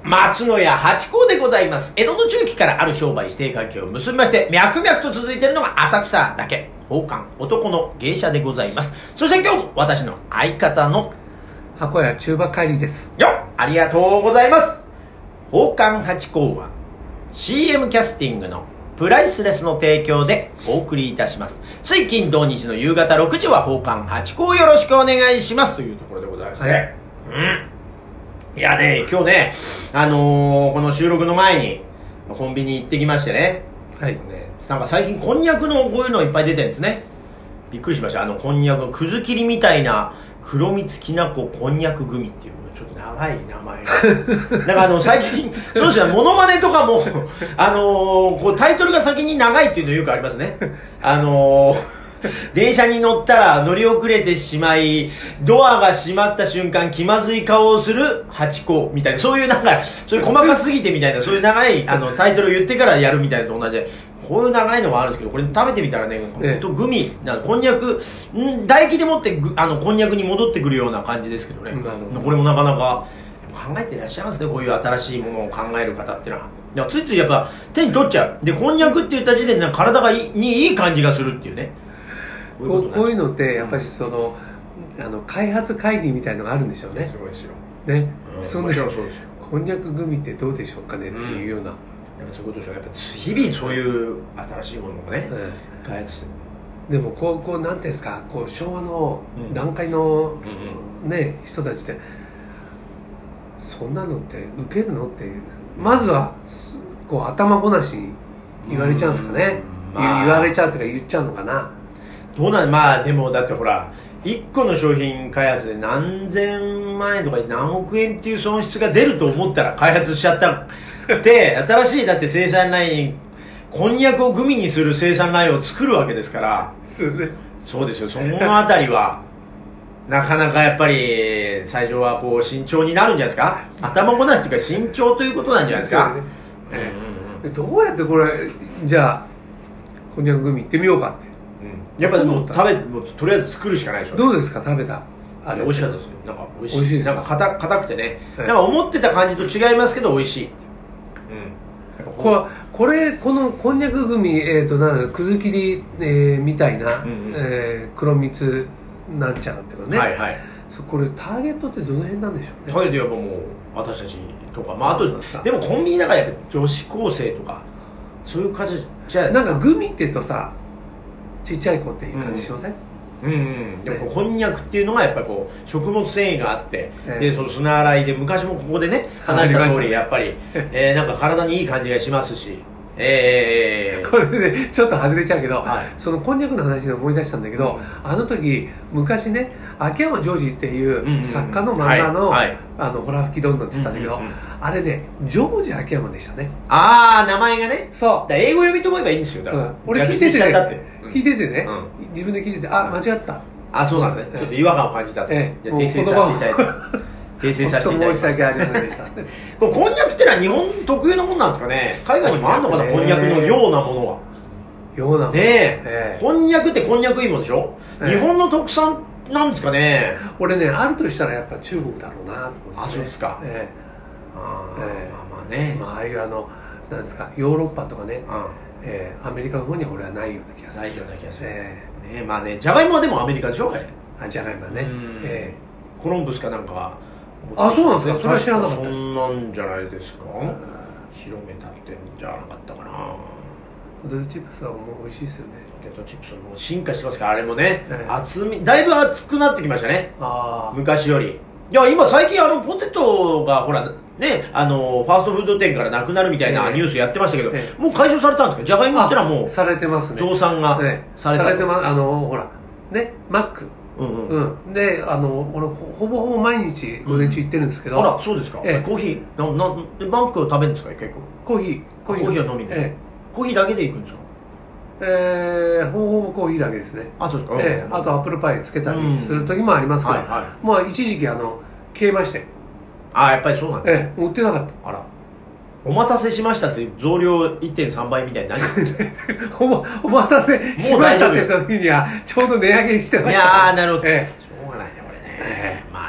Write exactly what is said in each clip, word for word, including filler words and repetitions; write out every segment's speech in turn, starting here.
松野屋八甲でございます。江戸の中期からある商売指定関係を結びまして、脈々と続いているのが浅草だけ、宝冠男の芸者でございます。そして今日も私の相方の箱屋中馬帰りです。 よっ、ありがとうございます。宝冠八甲は シーエム キャスティングのプライスレスの提供でお送りいたします。水金土日の夕方ろくじは宝冠八甲よろしくお願いしますというところでございますね。はい、うんいやね、今日ね、あのー、この収録の前にコンビニ行ってきましてね。 はい。 ね、なんか最近こんにゃくのこういうのいっぱい出てるんですね。びっくりしました。あのこんにゃく、くず切りみたいな黒蜜きなここんにゃくグミっていうちょっと長い名前が。だからあの最近、そうですね、モノマネとかも、あのー、こうタイトルが先に長いっていうのよくありますね。あのー、電車に乗ったら乗り遅れてしまい、ドアが閉まった瞬間気まずい顔をするハチ公みたいな、そういうなんか、そういう細かすぎてみたいな、そういう長いあのタイトルを言ってからやるみたいなのと同じで、こういう長いのもあるんですけど、これ食べてみたらね、ほんとグミ、なんかこんにゃく、ん唾液でもってあのこんにゃくに戻ってくるような感じですけどね、うん、これもなかなか考えていらっしゃいますね、こういう新しいものを考える方っていうのは。いやついついやっぱ手に取っちゃう。で、こんにゃくって言った時点で体がいいにいい感じがするっていうね。 こういうこういうのってやっぱりその、うん、あの開発会議みたいのがあるんでしょうね。 すごいですよね、 うん、 そんでこんにゃくグミってどうでしょうかねっていうような、うん、やっぱそういうことでしょう。やっぱ日々そういう新しいものをね、うん、開発してでもこうこうなんていうんですか、こう昭和の段階の、うん、ね人たちってそんなのって受けるのってまずはこう頭ごなしに言われちゃうんですかね、うんまあ、言われちゃうとか言っちゃうのかな。 どうなんまあでもだってほらいっこの商品開発で何千万円とか何億円っていう損失が出ると思ったら開発しちゃったで新しいだって生産ラインこんにゃくをグミにする生産ラインを作るわけですからそうですね。 そうですよ。そのあたりはなかなかやっぱり最初はこう慎重になるんじゃないですか。頭ごなしっていうか慎重ということなんじゃないですか。 そうですね、えー、どうやってこれじゃあこんにゃくグミいってみようかって、 うん、やっぱりもう食べもうとりあえず作るしかないでしょ。 どうですか食べたあれ美味しかったですよ。なんか美味しい。 美味しいですか。 なんか硬硬くてね、はい、なんか思ってた感じと違いますけど美味しい。 うん、これこれこのこんにゃくグミえっ、ー、となんだくず切り、えー、みたいな、うんうんえー、黒蜜なんちゃらっていうのね。はいはい。そこれターゲットってどの辺なんでしょうね。 ターゲットはもう私たちとか、まああとでもコンビニだからやっぱ女子高生とかそういう感じじゃないですか。 なんかグミって言うとさちっちゃい子っていう感じしません？ うんうんうん、でもこんにゃくっていうのがやっぱりこう食物繊維があって、えー、でその砂洗いで昔もここでね話した通りやっぱり、えー、なんか体にいい感じがしますし、えー、これで、ね、ちょっと外れちゃうけど、はい、そのこんにゃくの話で思い出したんだけど、うん、あの時昔ね秋山ジョージっていう作家の漫画の、うんうんはいはい、あのホラ吹きどんどんって言ったんだけど、うんうんうん、あれねジョージ秋山でしたね。 ああ名前がね。 そうだ英語読みと思えばいいんですよ。だから、うん、 俺聞いててね聞いててね、うん、自分で聞いててあ間違った。 あそうなんですね。ちょっと違和感を感じたと、ええ、じゃ訂正させていただいて訂正させていただいて申し訳ありませんでしたこれこんにゃくってのは日本特有のものなんですかね。海外にもあるのかな、こんにゃくのようなものは。 ようなものねえ、こんにゃくってこんにゃく芋でしょ、ええ、日本の特産なんですかね。 俺ねあるとしたらやっぱ中国だろうなと思うんですよね。 あそうですか、ええあええ、まあまあね、 まあ、ああいうあのなんですかヨーロッパとかね、うんえー、アメリカの方には俺はないような気がする。 ないような気がする、えーね、まあね、じゃがいもはでもアメリカでしょあれ。 あじゃがいもはね、えー、コロンブスかなんかはあそうなんですか。それは知らなかったです。 そんなんじゃないですか。広めたってんじゃなかったかな。 ポテトチップスはもう美味しいですよね。 ポテトチップスも進化してますからあれもね、えー、厚みだいぶ厚くなってきましたね。あ昔より。いや今最近あのポテトがほらね、あのファーストフード店からなくなるみたいなニュースやってましたけど、ええ、もう解消されたんですか。じゃがいもってのはもうされてますね。 増産がされた、ええ、されてます。あのほらねマック、うんうんうん、であの俺ほぼほぼ毎日午前中行ってるんですけど、うん、 あらそうですか、ええ、コーヒーななマックを食べるんですか結構。 コーヒーコーヒーコーヒーは飲みに、ええ、コーヒーだけで行くんですか。 えー、ほぼほぼコーヒーだけですね。 あそうですか、 ええ、あとアップルパイつけたりする時もありますけど、うんはいはい、まあ一時期あの消えまして。 あやっぱりそうなんです、 ええ、売ってなかった。 あらお待たせしましたって増量 いってんさん 倍みたいに何お, お待たせしましたって言った時にはちょうど値上げしてました、ね、 いやーなるほど、ええ、しょうがないねこれね、ええ、まあ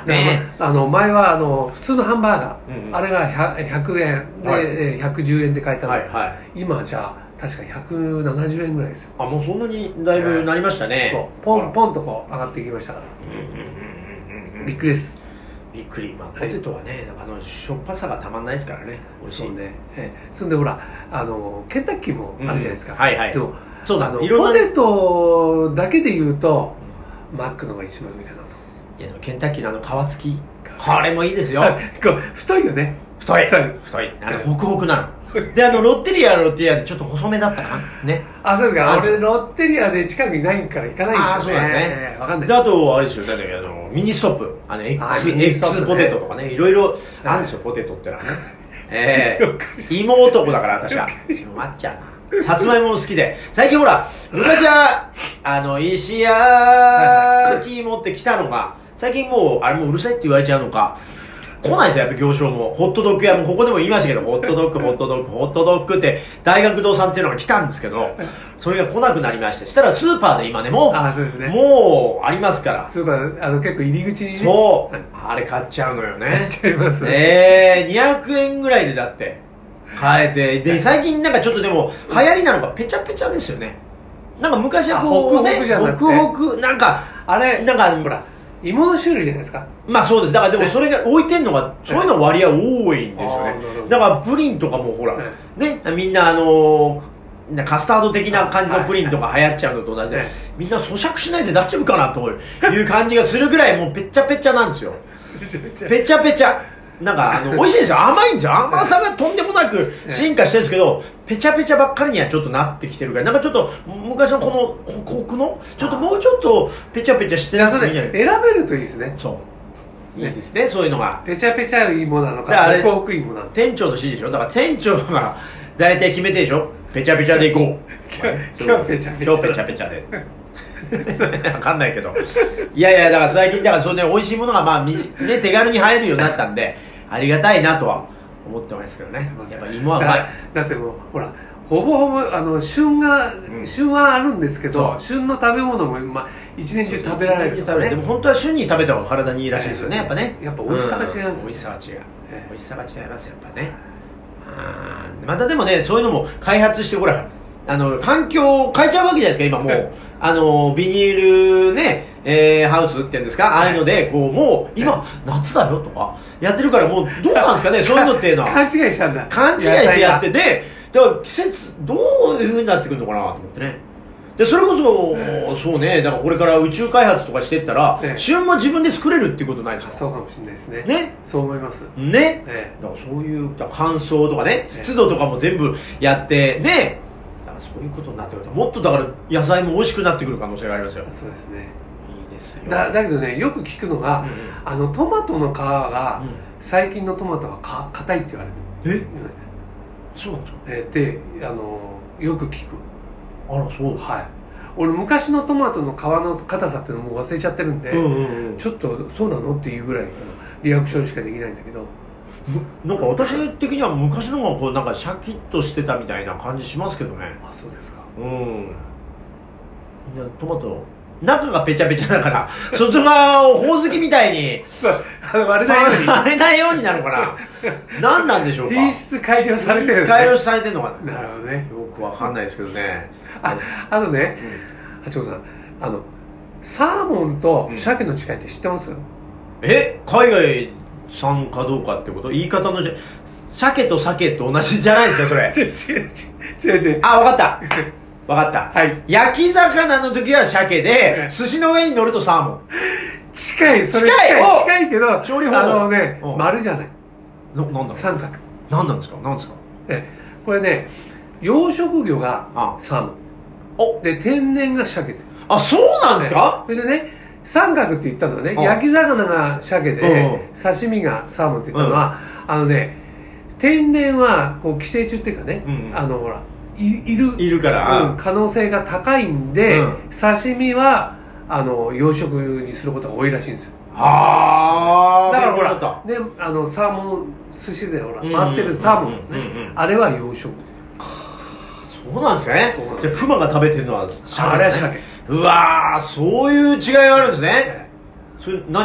ね。 あの前はあの普通のハンバーガー、 うんうん、 あれがひゃくえんで、はい、ひゃくじゅうえんで買えたの、 はいはい、 今じゃあ確かひゃくななじゅうえんぐらいですよ。 あ、もうそんなにだいぶなりましたね。 そうポンポンとこう上がっていきましたから、びっくりです。 びっくり。まあ、ポテトはね、はい、あのしょっぱさがたまんないですからね。美味しい。 そうね。えそんでほらあのケンタッキーもあるじゃないですか、うん、 はいはい。 でもそうだ、 あのポテトだけで言うと、うん、マックのが一番上かなと。 いやでもケンタッキーのあの皮付き、これもいいですよ。 こう太いよね。 太い太い太い。あのホクホクなの。で、あのロッテリアはロッテリアでちょっと細めだったかなね。 あ、そうですか。俺ロッテリアで近くにないから行かないんですよね。 あ、そうなんですね。 わかんない。 で、あとあれですよ、だってあのミニストップ、あの X, X ポテトとかね、いろいろあるんですよ、ポテトってのはね。ええ、芋男だから私は。まっちゃうな。さつまいもも好きで、最近ほら昔はあの石焼き持ってきたのが、最近もうあれもううるさいって言われちゃうのか。来ないですよ、やっぱ行商も。ホットドッグ屋も、ここでも言いましたけど、ホットドッグ、ホットドッグ、ホットドッグって、大学堂さんっていうのが来たんですけど、それが来なくなりまして、したらスーパーで今ね、もう、 あ、そうですね、 もう、ありますから。 スーパー、あの、結構入り口にね。 そう。あれ買っちゃうのよね。 買っちゃいます。 えー、にひゃくえんぐらいでだって、買えて、で、最近なんかちょっとでも、流行りなのか、ペチャペチャですよね。なんか昔はこう、ね、 ホクホクじゃなくて。 ホクホク、なんか、 あれ、 なんか、ほら、 芋の種類じゃないですか。 まあそうです。だからでもそれが置いてんのが、そういうの割合多いんですよね。だからプリンとかもほら、ね、みんなあのー、カスタード的な感じのプリンとか流行っちゃうのと同じで、みんな咀嚼しないで大丈夫かなという感じがするぐらいもうペッチャペチャなんですよ。ペチャペチャ。なんかあの美味しいですよ。甘いんですよ。甘さがとんでもなく進化してるんですけど、ペチャペチャばっかりにはちょっとなってきてるから、なんかちょっと昔のこのホクホクのちょっともうちょっとペチャペチャしてるんじゃない。 選べるといいですね。 そう。いいですね、そういうのが。 ペチャペチャ芋なのか、ホクホク芋なのか。 店長の指示でしょ。だから店長が大体決めてでしょ。ペチャペチャでいこう。 今日ペチャペチャ。 今日ペチャペチャで。わかんないけど。いやいや、だから最近だからそれで美味しいものがまあね手軽に入るようになったんで、ありがたいなとは思ってますけどね。やっぱ芋はうまい。 だってもうほら。ほぼほぼあの旬が、うん、旬はあるんですけど、旬の食べ物も、まあ、一年中食べられる、ね、 でも本当は旬に食べた方が体にいいらしいですよね、やっぱね。 やっぱ美味しさが違います、ね、 うん、美味しさが違う、えー、美味しさが違いますやっぱね。あまたでもね、そういうのも開発してほらあの環境を変えちゃうわけじゃないですか今もうあのビニールね、えー、ハウスっていうんですか、ああいうのでこうもう今夏だよとかやってるから、もうどうなんですかねそういうのっていうのは勘違いしちゃうんだ。 勘違いしてやってて、だから季節どういう風になってくるのかなと思ってね。でそれこそ、えー、そうね、だからこれから宇宙開発とかしていったら、えー、旬も自分で作れるっていうことないですか。 そうかもしれないですね。 ね、 そう思いますね、 えー、 だからそういう乾燥とかね、湿度とかも全部やってね、だからそういうことになってくるともっとだから野菜も美味しくなってくる可能性がありますよ。 そうですね、 いいですよ。 だ, だけどね、よく聞くのが、うんうん、あのトマトの皮が、うん、最近のトマトはか硬いって言われてる。え、 そうなんですか。 えー、で、あのよく聞く。 あら、そう。 はい。俺昔のトマトの皮の硬さっていうのも忘れちゃってるんで、うんうんうん、ちょっとそうなのっていうぐらいリアクションしかできないんだけど、 なんか私的には昔の方がこうなんかシャキッとしてたみたいな感じしますけどね。 あ、そうですか。 うん。みんなトマト中がペチャペチャだから外側をほおずきみたいにそう割れないように割れないようになるのかな。何なんでしょうか。 品質改良されてる、ね、 品質改良されてるのかな。 なるほどね。 よくわかんないですけどね。 ああのね、八丁、うん、さん、あのサーモンと鮭の違いって知ってます？うん、 え、海外産かどうかってこと？言い方のじゃ鮭と鮭と同じじゃないですよそれ。 違う違う違う違う。 あ、わかったわかった、 はい、 焼き魚の時は鮭で、寿司の上に乗るとサーモン。 近い、それ近い近い、近いけど調理法あのね、丸じゃない。 な、なんだ三角。 なんなんですか、なんですか。 え、これね、養殖魚がサーモン、おで天然が鮭って。 あ、そうなんですか。 それでね、三角って言ったのはね、焼き魚が鮭で刺身がサーモンって言ったのは、うん、あのね、天然はこう寄生虫っていうかね、うん、あのほらい, いるいるから、 うん、可能性が高いんで、うん、刺身はあの養殖にすることが多いらしいんですよ。 はあ。 だからほら、ね、あのサーモン寿司でほら回ってるサーモンね、あれは養殖。 そうなんですね。じゃあクマが食べてるのは鮭、ね、 あれは鮭。 うわー、そういう違いがあるんですね。それ何で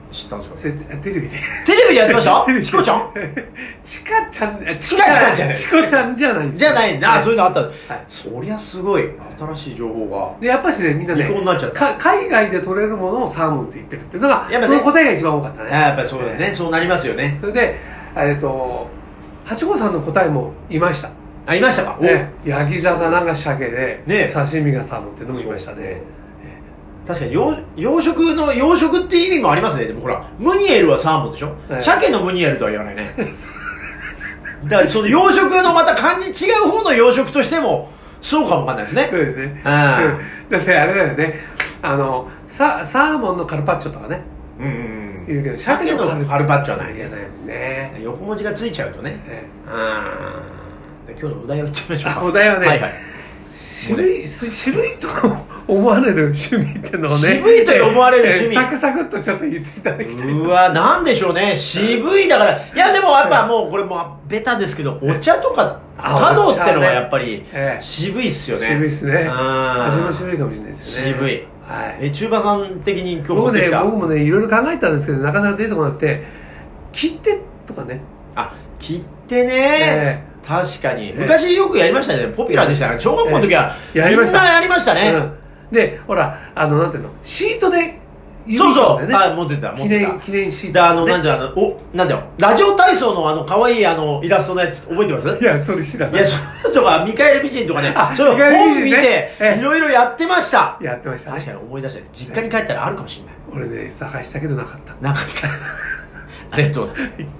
知ったんですか？ それテレビでテレビでやってましたテレビでチコちゃんチカちゃんチカちゃんじゃないチコちゃんじゃないんですじゃないな、 はいそういうのあった、 はいそりゃすごい新しい情報がでやっぱしねみんなね離婚になっちゃったか海外で取れるものをサーモンって言ってるっていうのがやっぱねその答えが一番多かったね。 やっぱりそうだよね、そうなりますよね。 それでえっと八五さんの答えもいましたあ、いましたか？ ね、ヤギ座がなんか鮭で、 ね刺身がサーモンっていうのもいましたね。 確かに養養殖の養殖っていう意味もありますね。でもほらムニエルはサーモンでしょ、 はい鮭のムニエルとは言わないねだからその養殖のまた漢字違う方の養殖としてもそうかもわかんないですね。 そうですね。 あうんだってあれだよね、あのササーモンのカルパッチョとかねうんうん言うけど、 鮭のカルパッチョはない言えないもんね。 横文字がついちゃうとね。 えあで今日のお題を言ってみましょうか。 あお題はねはいはい、 渋い渋いと思われる趣味っていうのをね、 渋いと思われる趣味えーサクサクっとちょっと言っていただきたい。 うわなんでしょうね、渋いだからいやでもやっぱもうこれもうベタですけどお茶とか茶道ってのがやっぱりええ渋いっすよね。 渋いっすね。 あー味も渋いかもしれないですよね。 渋い。 はい。 え中馬さん的に今日持っ僕ねてきた僕もねいろいろ考えたんですけどなかなか出てこなくて、切手とかね。 あ切ってね、 え確かにえ昔よくやりましたね、ポピュラーでしたね、小学校の時は、 えやりましたみんなやりましたね、 うん、でほらあのなんていうのシートでそうそう、 ね、 あ持ってた持ってた記念記念シート、 であの、なんであのおなんだよラジオ体操のあの可愛いあのイラストのやつ覚えてます？ いやそれ知らない。 いやそうとかミカエル美人とかねあそうミカエル美人ね本見てええいろいろやってました。 やってましたね。 確かに思い出した、実家に帰ったらあるかもしれない。 俺ね探したけどなかった。 なかったありがとうございます。